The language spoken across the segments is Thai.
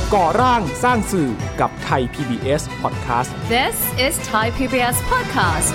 ก่อร่างสร้างสื่อกับไทย PBS Podcast This is Thai PBS Podcast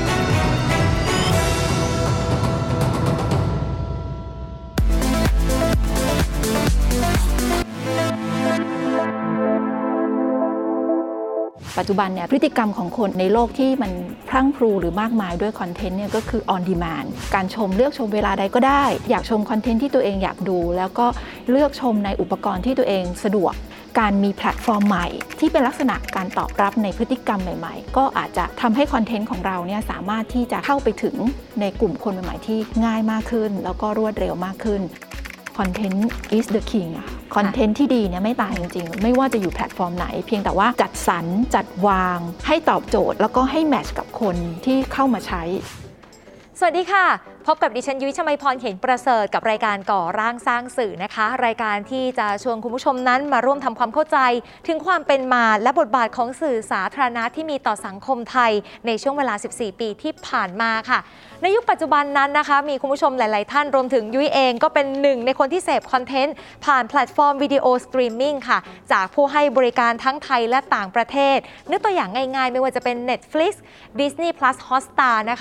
ปัจจุบันเนี่ยพฤติกรรมของคนในโลกที่มันพรั่งพรูหรือมากมายด้วยคอนเทนต์เนี่ยก็คือ on demand การชมเลือกชมเวลาใดก็ได้อยากชมคอนเทนต์ที่ตัวเองอยากดูแล้วก็เลือกชมในอุปกรณ์ที่ตัวเองสะดวกการมีแพลตฟอร์มใหม่ที่เป็นลักษณะการตอบรับในพฤติกรรมใหม่ๆก็อาจจะทำให้คอนเทนต์ของเราเนี่ยสามารถที่จะเข้าไปถึงในกลุ่มคนใหม่ๆที่ง่ายมากขึ้นแล้วก็รวดเร็วมากขึ้นContent is the king คอนเทนต์ที่ดีเนี่ยไม่ตายจริงๆไม่ว่าจะอยู่แพลตฟอร์มไหนเพียงแต่ว่าจัดสรรจัดวางให้ตอบโจทย์แล้วก็ให้แมทช์กับคนที่เข้ามาใช้สวัสดีค่ะพบกับดิฉันยุ้ยชมัยพรเขนประเสริฐกับรายการก่อร่างสร้างสื่อนะคะรายการที่จะชวนคุณผู้ชมนั้นมาร่วมทำความเข้าใจถึงความเป็นมาและบทบาทของสื่อสาธารณะที่มีต่อสังคมไทยในช่วงเวลา14ปีที่ผ่านมาค่ะในยุคปัจจุบันนั้นนะคะมีคุณผู้ชมหลายๆท่านรวมถึงยุ้ยเองก็เป็นหนึ่งในคนที่เสพคอนเทนต์ผ่านแพลตฟอร์มวิดีโอสตรีมมิ่งค่ะจากผู้ให้บริการทั้งไทยและต่างประเทศนึกตัวอย่างง่ายๆไม่ว่าจะเป็น Netflix Disney Plus Hotstar นะคะ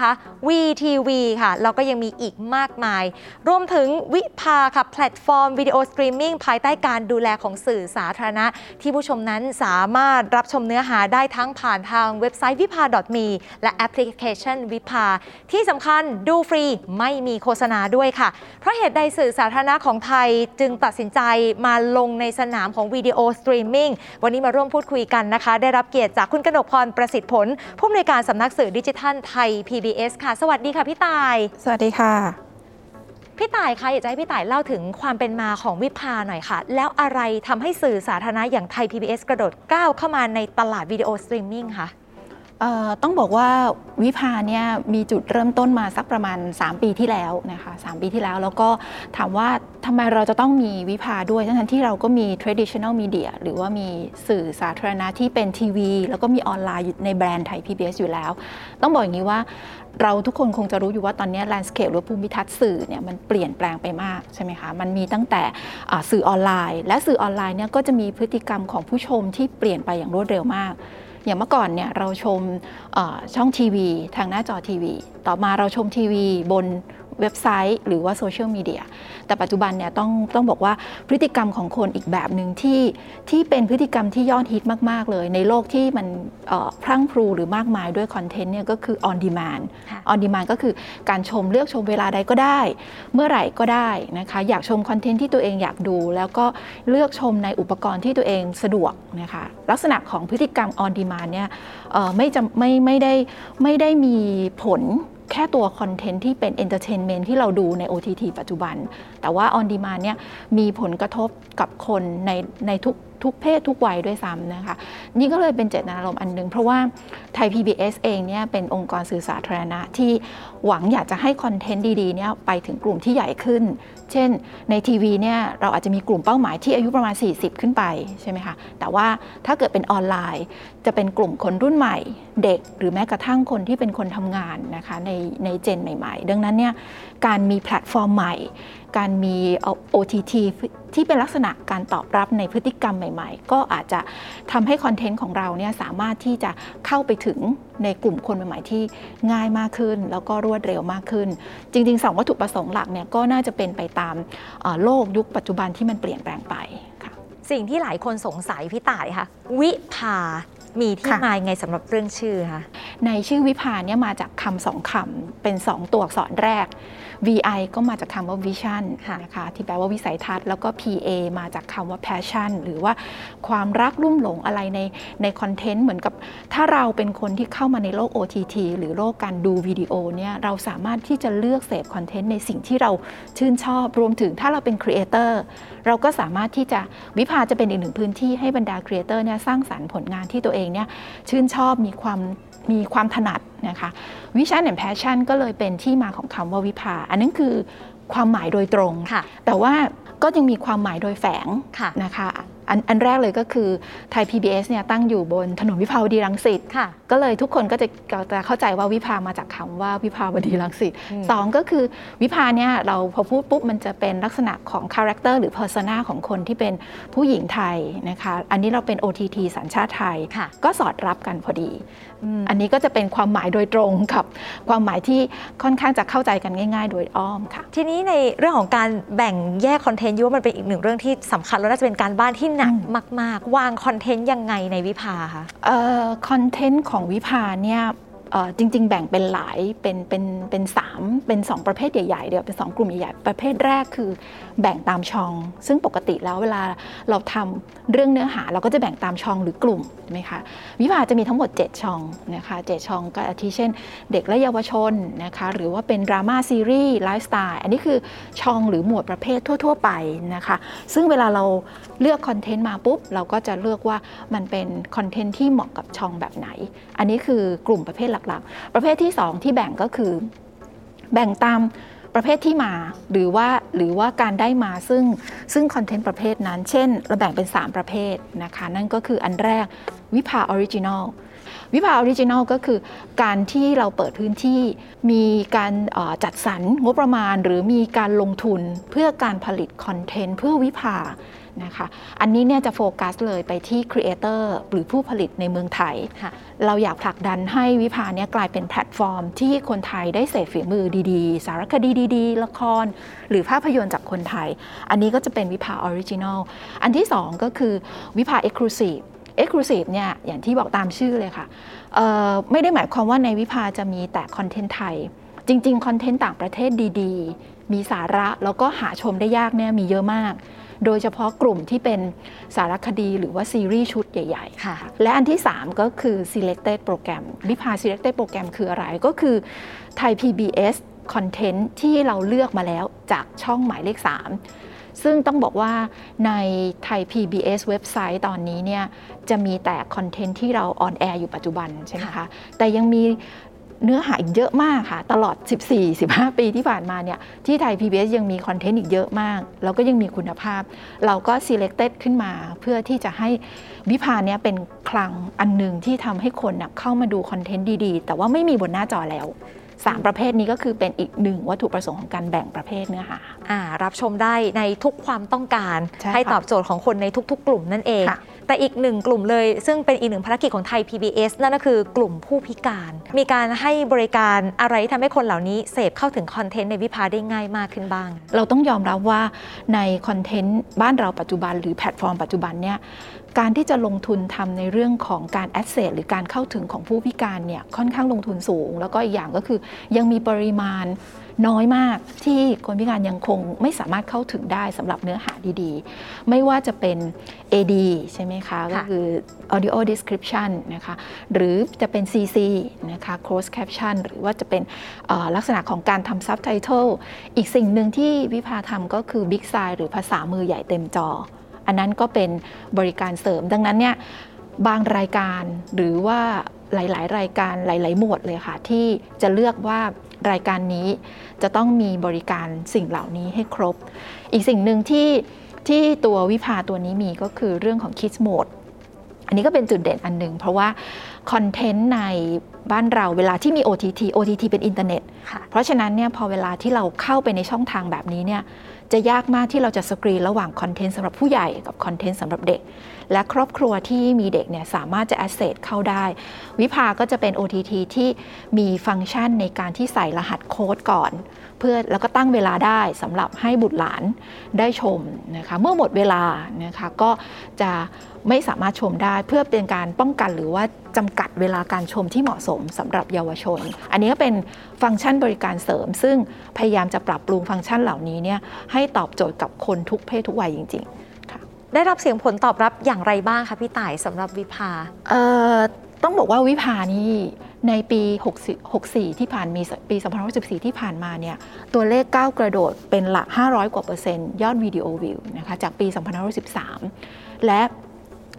VTV ค่ะแล้วก็ยังมีอีกมากมายรวมถึงวิภาค่ะแพลตฟอร์มวิดีโอสตรีมมิ่งภายใต้การดูแลของสื่อสาธารณะที่ผู้ชมนั้นสามารถรับชมเนื้อหาได้ทั้งผ่านทางเว็บไซต์วิภา .me และแอปพลิเคชันวิภาที่สำคัญดูฟรีไม่มีโฆษณาด้วยค่ะเพราะเหตุใดสื่อสาธารณะของไทยจึงตัดสินใจมาลงในสนามของวิดีโอสตรีมมิ่งวันนี้มาร่วมพูดคุยกันนะคะได้รับเกียรติจากคุณกนกพรประสิทธิ์ผลผู้อำนวยการสำนักสื่อดิจิทัลไทย PBS ค่ะสวัสดีค่ะพี่ต่ายสวัสดีค่ะพี่ต่ายคะอยากจะให้พี่ต่ายเล่าถึงความเป็นมาของวิภาหน่อยค่ะแล้วอะไรทำให้สื่อสาธารณะอย่างไทย PBS กระโดดก้าวเข้ามาในตลาดวิดีโอสตรีมมิ่งคะต้องบอกว่าวิภาเนี่ยมีจุดเริ่มต้นมาสักประมาณ3ปีที่แล้วนะคะ3ปีที่แล้วแล้วก็ถามว่าทำไมเราจะต้องมีวิภาด้วยทั้งที่เราก็มี traditional media หรือว่ามีสื่อสาธารณะที่เป็นทีวีแล้วก็มีออนไลน์ในแบรนด์ไทย PBS อยู่แล้วต้องบอกอย่างนี้ว่าเราทุกคนคงจะรู้อยู่ว่าตอนนี้ landscape หรือภูมิทัศน์สื่อเนี่ยมันเปลี่ยนแปลงไปมากใช่ไหมคะมันมีตั้งแต่สื่อออนไลน์และสื่อออนไลน์เนี่ยก็จะมีพฤติกรรมของผู้ชมที่เปลี่ยนไปอย่างรวดเร็วมากอย่างเมื่อก่อนเนี่ยเราชมช่องทีวีทางหน้าจอทีวีต่อมาเราชมทีวีบนเว็บไซต์หรือว่าโซเชียลมีเดียแต่ปัจจุบันเนี่ยต้องบอกว่าพฤติกรรมของคนอีกแบบหนึ่งที่เป็นพฤติกรรมที่ยอดฮิตมากๆเลยในโลกที่มันพรั่งพรูหรือมากมายด้วยคอนเทนต์เนี่ยก็คือ on demand on demand ก็คือการชมเลือกชมเวลาใดก็ได้เมื่อไหร่ก็ได้นะคะอยากชมคอนเทนต์ที่ตัวเองอยากดูแล้วก็เลือกชมในอุปกรณ์ที่ตัวเองสะดวกนะคะลักษณะของพฤติกรรม on demand เนี่ยไม่ได้มีผลแค่ตัวคอนเทนต์ที่เป็นเอนเตอร์เทนเมนต์ที่เราดูใน OTT ปัจจุบันแต่ว่า on demand เนี่ยมีผลกระทบกับคนในทุกเพศทุกวัยด้วยซ้ำนะคะนี่ก็เลยเป็นเจตนารมณ์อันนึงเพราะว่าไทย PBS เองเนี่ยเป็นองค์กรสื่อสาธารณะที่หวังอยากจะให้คอนเทนต์ดีๆเนี่ยไปถึงกลุ่มที่ใหญ่ขึ้นเช่นในทีวีเนี่ยเราอาจจะมีกลุ่มเป้าหมายที่อายุประมาณ40ขึ้นไปใช่ไหมคะแต่ว่าถ้าเกิดเป็นออนไลน์จะเป็นกลุ่มคนรุ่นใหม่เด็กหรือแม้กระทั่งคนที่เป็นคนทำงานนะคะในเจนใหม่ๆดังนั้นเนี่ยการมีแพลตฟอร์มใหม่การมี OTT ที่เป็นลักษณะการตอบรับในพฤติกรรมใหม่ๆก็อาจจะทำให้คอนเทนต์ของเราเนี่ยสามารถที่จะเข้าไปถึงในกลุ่มคนใหม่ๆที่ง่ายมากขึ้นแล้วก็รวดเร็วมากขึ้นจริงๆ2วัตถุประสงค์หลักเนี่ยก็น่าจะเป็นไปตามโลกยุคปัจจุบันที่มันเปลี่ยนแปลงไปค่ะสิ่งที่หลายคนสงสัยพี่ต่ายค่ะวิภามีที่มาไงสำหรับเรื่องชื่อคะในชื่อวิภาเนี่ยมาจากคำ2คำเป็น2ตัวอักษรแรก VI ก็มาจากคำว่า vision นะคะที่แปลว่าวิสัยทัศน์แล้วก็ PA มาจากคำว่า passion หรือว่าความรักลุ่มหลงอะไรในคอนเทนต์เหมือนกับถ้าเราเป็นคนที่เข้ามาในโลก OTT หรือโลกการดูวิดีโอเนี่ยเราสามารถที่จะเลือกเสพคอนเทนต์ในสิ่งที่เราชื่นชอบรวมถึงถ้าเราเป็นครีเอเตอร์เราก็สามารถที่จะวิภาจะเป็นอีกหนึ่งพื้นที่ให้บรรดาครีเอเตอร์เนี่ยสร้างสรรค์ผลงานที่ตัวเองเนี่ยชื่นชอบมีความถนัดนะคะ Vision and Passion ก็เลยเป็นที่มาของคำว่าวิภาอันนั้นคือความหมายโดยตรงแต่ว่าก็ยังมีความหมายโดยแฝงนะคะอันแรกเลยก็คือไทย PBS เนี่ยตั้งอยู่บนถนนวิภาวดีรังสิตก็เลยทุกคนก็จะเข้าใจว่าวิภามาจากคำว่าวิภาวดีรังสิตสองก็คือวิภาเนี่ยเราพอพูดปุ๊บมันจะเป็นลักษณะของคาแรคเตอร์หรือเพอร์โซนาของคนที่เป็นผู้หญิงไทยนะคะอันนี้เราเป็น OTT สัญชาติไทยก็สอดรับกันพอดีอันนี้ก็จะเป็นความหมายโดยตรงกับความหมายที่ค่อนข้างจะเข้าใจกันง่ายๆโดยอ้อมค่ะทีนี้ในเรื่องของการแบ่งแยกคอนเทนต์ว่ามันเป็นอีกหนึ่งเรื่องที่สำคัญแล้วน่าจะเป็นการบ้านที่หนักมากๆวางคอนเทนต์ยังไงในวิภาคะคอนเทนต์ของวิภาเนี่ยจริงๆแบ่งเป็นหลายเป็น2ประเภทใหญ่ๆเดี๋ยวเป็น2กลุ่มใหญ่ๆประเภทแรกคือแบ่งตามช่องซึ่งปกติแล้วเวลาเราทำเรื่องเนื้อหาเราก็จะแบ่งตามช่องหรือกลุ่มใช่ไหมคะวิภาจะมีทั้งหมด7ช่องนะคะ7ช่องก็อาทิเช่นเด็กและเยาวชนนะคะหรือว่าเป็นดราม่าซีรีส์ไลฟ์สไตล์อันนี้คือช่องหรือหมวดประเภททั่วๆไปนะคะซึ่งเวลาเราเลือกคอนเทนต์มาปุ๊บเราก็จะเลือกว่ามันเป็นคอนเทนต์ที่เหมาะกับช่องแบบไหนอันนี้คือกลุ่มประเภทหลักๆประเภทที่2ที่แบ่งก็คือแบ่งตามประเภทที่มาหรือว่าการได้มาซึ่งคอนเทนต์ประเภทนั้นเช่นเราแบ่งเป็น3ประเภทนะคะนั่นก็คืออันแรกวิภาออริจินอลวิภาออริจินอลก็คือการที่เราเปิดพื้นที่มีการจัดสรรงบประมาณหรือมีการลงทุนเพื่อการผลิตคอนเทนต์เพื่อวิภานะคะอันนี้เนี่ยจะโฟกัสเลยไปที่ครีเอเตอร์หรือผู้ผลิตในเมืองไทยเราอยากผลักดันให้วิภาเนี่ยกลายเป็นแพลตฟอร์มที่คนไทยได้เสพฝีมือดีๆสารคดีดีๆละครหรือภาพยนตร์จากคนไทยอันนี้ก็จะเป็นวิภาออริจินอลอันที่2ก็คือวิภาเอ็กซ์คลูซีฟExclusive เนี่ยอย่างที่บอกตามชื่อเลยค่ะไม่ได้หมายความว่าในวิภาจะมีแต่คอนเทนต์ไทยจริงๆคอนเทนต์ต่างประเทศดีๆมีสาระแล้วก็หาชมได้ยากเนี่ยมีเยอะมากโดยเฉพาะกลุ่มที่เป็นสารคดีหรือว่าซีรีส์ชุดใหญ่ๆและอันที่3ก็คือ Selected Program วิภา Selected Program คืออะไรก็คือไทย PBS คอนเทนต์ที่เราเลือกมาแล้วจากช่องหมายเลข3ซึ่งต้องบอกว่าในไทย PBS เว็บไซต์ตอนนี้เนี่ยจะมีแต่คอนเทนต์ที่เราออนแอร์อยู่ปัจจุบันใช่ไหมคะแต่ยังมีเนื้อหาอีกเยอะมากค่ะตลอด 14-15 ปีที่ผ่านมาเนี่ยที่ไทย PBS ยังมีคอนเทนต์อีกเยอะมากแล้วก็ยังมีคุณภาพเราก็ selected ขึ้นมาเพื่อที่จะให้วิภาเนี่ยเป็นคลังอันนึงที่ทำให้คนเข้ามาดูคอนเทนต์ดีๆแต่ว่าไม่มีบนหน้าจอแล้ว3ประเภทนี้ก็คือเป็นอีกหนึ่งวัตถุประสงค์ของการแบ่งประเภทเนื้อหารับชมได้ในทุกความต้องการให้ตอบโจทย์ของคนในทุกๆกลุ่มนั่นเองแต่อีกหนึ่งกลุ่มเลยซึ่งเป็นอีกหนึ่งภารกิจของไทย PBS นั่นก็คือกลุ่มผู้พิการมีการให้บริการอะไรที่ทำให้คนเหล่านี้เสพเข้าถึงคอนเทนต์ในวิภาได้ง่ายมากขึ้นบ้างเราต้องยอมรับว่าในคอนเทนต์บ้านเราปัจจุบันหรือแพลตฟอร์มปัจจุบันเนี่ยการที่จะลงทุนทำในเรื่องของการแอสเซสหรือการเข้าถึงของผู้พิการเนี่ยค่อนข้างลงทุนสูงแล้วก็อีกอย่างก็คือยังมีปริมาณน้อยมากที่คนพิการยังคงไม่สามารถเข้าถึงได้สำหรับเนื้อหาดีๆไม่ว่าจะเป็น AD ใช่ไหมคะก็คือ Audio Description นะคะหรือจะเป็น CC นะคะ Closed Caption หรือว่าจะเป็นลักษณะของการทำ Subtitle อีกสิ่งหนึ่งที่วิภาทำก็คือ Big Sign หรือภาษามือใหญ่เต็มจออันนั้นก็เป็นบริการเสริมดังนั้นเนี่ยบางรายการหรือว่าหลายๆรายการหลายๆหมวดเลยค่ะที่จะเลือกว่ารายการนี้จะต้องมีบริการสิ่งเหล่านี้ให้ครบอีกสิ่งหนึ่งที่ตัววิภาตัวนี้มีก็คือเรื่องของ Kids Mode อันนี้ก็เป็นจุดเด่นอันหนึ่งเพราะว่าคอนเทนต์ในบ้านเราเวลาที่มี OTT เป็นอินเทอร์เน็ตเพราะฉะนั้นเนี่ยพอเวลาที่เราเข้าไปในช่องทางแบบนี้เนี่ยจะยากมากที่เราจะสกรีนระหว่างคอนเทนต์สำหรับผู้ใหญ่กับคอนเทนต์สำหรับเด็กและครอบครัวที่มีเด็กเนี่ยสามารถจะ access เข้าได้วิภาก็จะเป็น OTT ที่มีฟังก์ชันในการที่ใส่รหัสโค้ดก่อนเพื่อแล้วก็ตั้งเวลาได้สำหรับให้บุตรหลานได้ชมนะคะเมื่อหมดเวลานะคะก็จะไม่สามารถชมได้เพื่อเป็นการป้องกันหรือว่าจำกัดเวลาการชมที่เหมาะสมสำหรับเยาวชนอันนี้ก็เป็นฟังก์ชันบริการเสริมซึ่งพยายามจะปรับปรุงฟังก์ชันเหล่านี้เนี่ยให้ตอบโจทย์กับคนทุกเพศทุกวัยจริงๆค่ะได้รับเสียงผลตอบรับอย่างไรบ้างคะพี่ต่ายสำหรับวิภาต้องบอกว่าวิภานี่ในปี64ที่ผ่านมีปี2014ที่ผ่านมาเนี่ยตัวเลขก้าวกระโดดเป็นหลัก500กว่า%ยอดวิดีโอวิวนะคะจากปี2513และ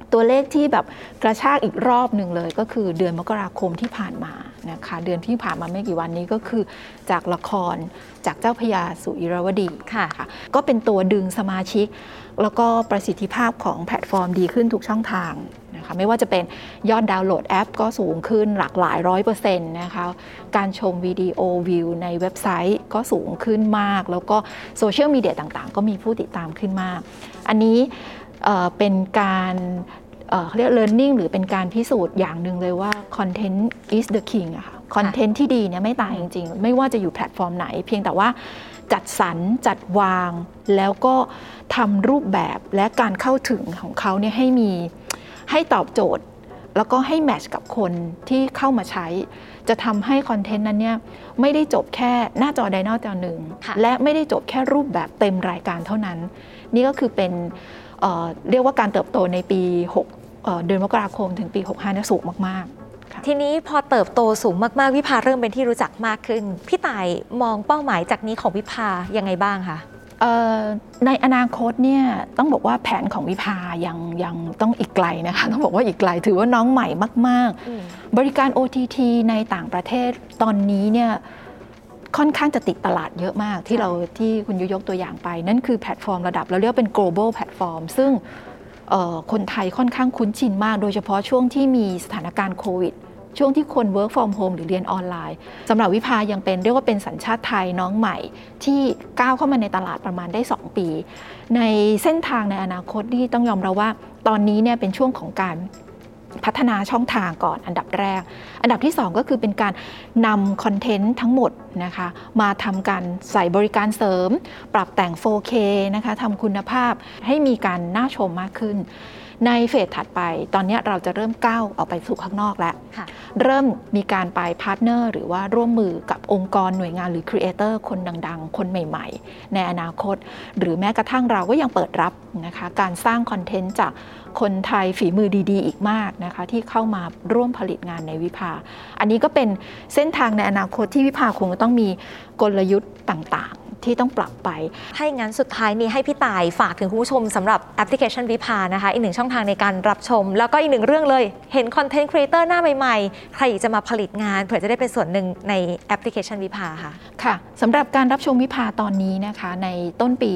ตัวเลขที่แบบกระชากอีกรอบหนึ่งเลยก็คือเดือนมกราคมที่ผ่านมานะคะเดือนที่ผ่านมาไม่กี่วันนี้ก็คือจากละครจากเจ้าพระยาสู่อิราวดีค่ะก็เป็นตัวดึงสมาชิกแล้วก็ประสิทธิภาพของแพลตฟอร์มดีขึ้นทุกช่องทางนะคะไม่ว่าจะเป็นยอดดาวน์โหลดแอปก็สูงขึ้นหลากหลาย 100% นะคะการชมวิดีโอวิวในเว็บไซต์ก็สูงขึ้นมากแล้วก็โซเชียลมีเดียต่างๆก็มีผู้ติดตามขึ้นมากอันนี้เป็นการเรียก learning หรือเป็นการพิสูจน์อย่างหนึ่งเลยว่า content is the king อะค่ะคอนเทนต์ที่ดีเนี่ยไม่ตายจริงๆไม่ว่าจะอยู่แพลตฟอร์มไหนเพียงแต่ว่าจัดสรรจัดวางแล้วก็ทำรูปแบบและการเข้าถึงของเขาเนี่ยให้ตอบโจทย์แล้วก็ให้แมทช์กับคนที่เข้ามาใช้จะทำให้คอนเทนต์นั้นเนี่ยไม่ได้จบแค่หน้าจอใดหน้าจอหนึ่งและไม่ได้จบแค่รูปแบบเต็มรายการเท่านั้นนี่ก็คือเป็นเรียกว่าการเติบโตในปีเดือนมกราคมถึงปี65เนี่ยสูงมากๆทีนี้พอเติบโตสูงมากๆวิภาเริ่มเป็นที่รู้จักมากขึ้นพี่ต่ายมองเป้าหมายจากนี้ของวิภายังไงบ้างคะในอนาคตเนี่ยต้องบอกว่าแผนของวิภายังต้องอีกไกลนะคะต้องบอกว่าอีกไกลถือว่าน้องใหม่มากๆบริการ OTT ในต่างประเทศตอนนี้เนี่ยค่อนข้างจะติดตลาดเยอะมากที่คุณยุยกตัวอย่างไปนั่นคือแพลตฟอร์มระดับเราเรียกว่าเป็น global แพลตฟอร์มซึ่งคนไทยค่อนข้างคุ้นชินมากโดยเฉพาะช่วงที่มีสถานการณ์โควิดช่วงที่คน work from home หรือเรียนออนไลน์สำหรับวิภายังเป็นเรียกว่าเป็นสัญชาติไทยน้องใหม่ที่ก้าวเข้ามาในตลาดประมาณได้2ปีในเส้นทางในอนาคตที่ต้องยอมรับว่าตอนนี้เนี่ยเป็นช่วงของการพัฒนาช่องทางก่อนอันดับแรกอันดับที่2ก็คือเป็นการนำคอนเทนต์ทั้งหมดนะคะมาทำการใส่บริการเสริมปรับแต่ง 4K นะคะทำคุณภาพให้มีการน่าชมมากขึ้นในเฟสถัดไปตอนนี้เราจะเริ่มก้าวออกไปสู่ข้างนอกแล้วเริ่มมีการไปพาร์ทเนอร์หรือว่าร่วมมือกับองค์กรหน่วยงานหรือครีเอเตอร์คนดังๆคนใหม่ๆในอนาคตหรือแม้กระทั่งเราก็ยังเปิดรับนะคะการสร้างคอนเทนต์จากคนไทยฝีมือดีๆอีกมากนะคะที่เข้ามาร่วมผลิตงานในวิภาอันนี้ก็เป็นเส้นทางในอนาคตที่วิภาคงต้องมีกลยุทธ์ต่างๆที่ต้องปรับไปให้งั้นสุดท้ายนี้ให้พี่ต่ายฝากถึงคุณผู้ชมสำหรับแอปพลิเคชันวิภานะคะอีกหนึ่งช่องทางในการรับชมแล้วก็อีกหนึ่งเรื่องเลยเห็นคอนเทนต์ครีเอเตอร์หน้าใหม่ๆใครจะมาผลิตงานเผื่อจะได้เป็นส่วนหนึ่งในแอปพลิเคชันวิภาค่ะค่ะสำหรับการรับชมวิภาตอนนี้นะคะในต้นปี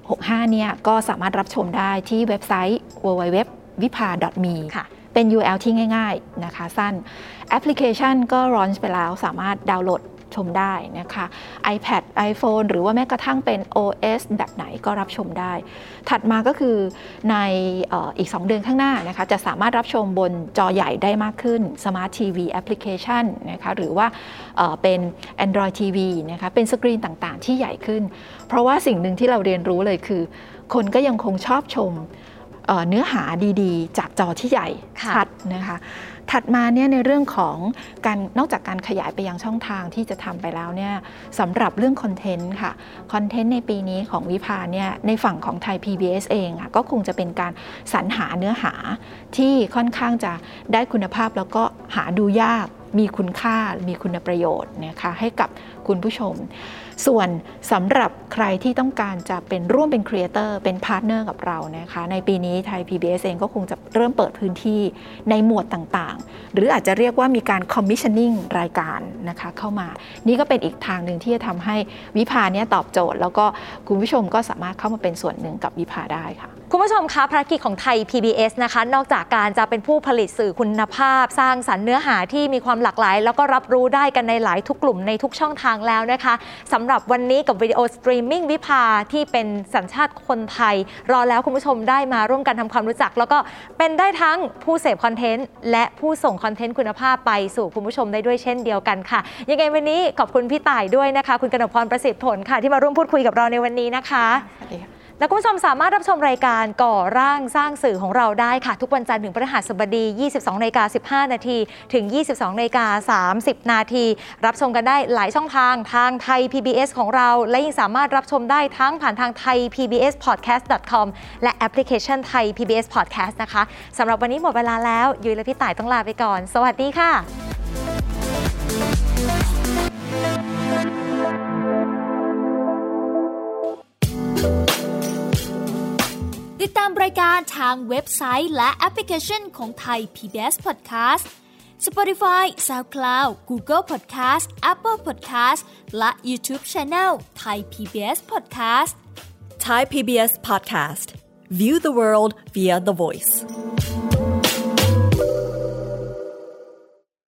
65เนี่ยก็สามารถรับชมได้ที่เว็บไซต์ www.vipa.me ค่ะเป็น URL ที่ง่ายๆนะคะสั้นแอปพลิเคชันก็ลอนช์ไปแล้วสามารถดาวน์โหลดชมได้นะคะ iPad iPhone หรือว่าแม้กระทั่งเป็น OS แบบไหนก็รับชมได้ถัดมาก็คือในอีก2เดือนข้างหน้านะคะจะสามารถรับชมบนจอใหญ่ได้มากขึ้น Smart TV Application นะคะหรือว่าเป็น Android TV นะคะเป็นสกรีนต่างๆที่ใหญ่ขึ้นเพราะว่าสิ่งหนึ่งที่เราเรียนรู้เลยคือคนก็ยังคงชอบชมเนื้อหาดีๆจากจอที่ใหญ่ชัดนะคะถัดมาเนี่ยในเรื่องของการนอกจากการขยายไปยังช่องทางที่จะทำไปแล้วเนี่ยสำหรับเรื่องคอนเทนต์ค่ะคอนเทนต์ในปีนี้ของวิภาเนี่ยในฝั่งของไทย PBS เองก็คงจะเป็นการสรรหาเนื้อหาที่ค่อนข้างจะได้คุณภาพแล้วก็หาดูยากมีคุณค่ามีคุณประโยชน์นะคะให้กับคุณผู้ชมส่วนสำหรับใครที่ต้องการจะเป็นร่วมเป็นครีเอเตอร์เป็นพาร์ทเนอร์กับเรานะคะในปีนี้ไทย PBS เองก็คงจะเริ่มเปิดพื้นที่ในหมวดต่างๆหรืออาจจะเรียกว่ามีการคอมมิชชั่นนิ่งรายการนะคะเข้ามานี่ก็เป็นอีกทางหนึ่งที่จะทำให้วิภาเนี่ยตอบโจทย์แล้วก็คุณผู้ชมก็สามารถเข้ามาเป็นส่วนหนึ่งกับวิภาได้ค่ะคุณผู้ชมคะภารกิจของไทย PBS นะคะนอกจากการจะเป็นผู้ผลิตสื่อคุณภาพสร้างสรรค์เนื้อหาที่มีความหลากหลายแล้วก็รับรู้ได้กันในหลายทุกกลุ่มในทุกช่องทางแล้วนะคะสำหรับวันนี้กับวิดีโอสตรีมมิ่งวิภาที่เป็นสัญชาติคนไทยรอแล้วคุณผู้ชมได้มาร่วมกันทำความรู้จักแล้วก็เป็นได้ทั้งผู้เสพคอนเทนต์และผู้ส่งคอนเทนต์คุณภาพไปสู่คุณผู้ชมได้ด้วยเช่นเดียวกันค่ะยังไงวันนี้ขอบคุณพี่ต่ายด้วยนะคะคุณกนกพรประสิทธิ์ผลค่ะที่มาร่วมพูดคุยกับเราในวันนี้นะคะสวัสดีค่ะและคุณผู้ชมสามารถรับชมรายการก่อร่างสร้างสื่อของเราได้ค่ะทุกวันจันทร์ถึงพฤหัสบดี 22:15 น.ถึง 22:30 น.รับชมกันได้หลายช่องทางทางไทย PBS ของเราและยังสามารถรับชมได้ทั้งผ่านทางไทย PBSPodcast.com และแอปพลิเคชันไทย PBS Podcast นะคะสำหรับวันนี้หมดเวลาแล้วยุ้ยและพี่ต่ายต้องลาไปก่อนสวัสดีค่ะติดตามรายการทางเว็บไซต์และแอปพลิเคชันของไทย PBS Podcast Spotify, SoundCloud, Google Podcast, Apple Podcast และ YouTube Channel Thai PBS Podcast Thai PBS Podcast. View the world via the voice.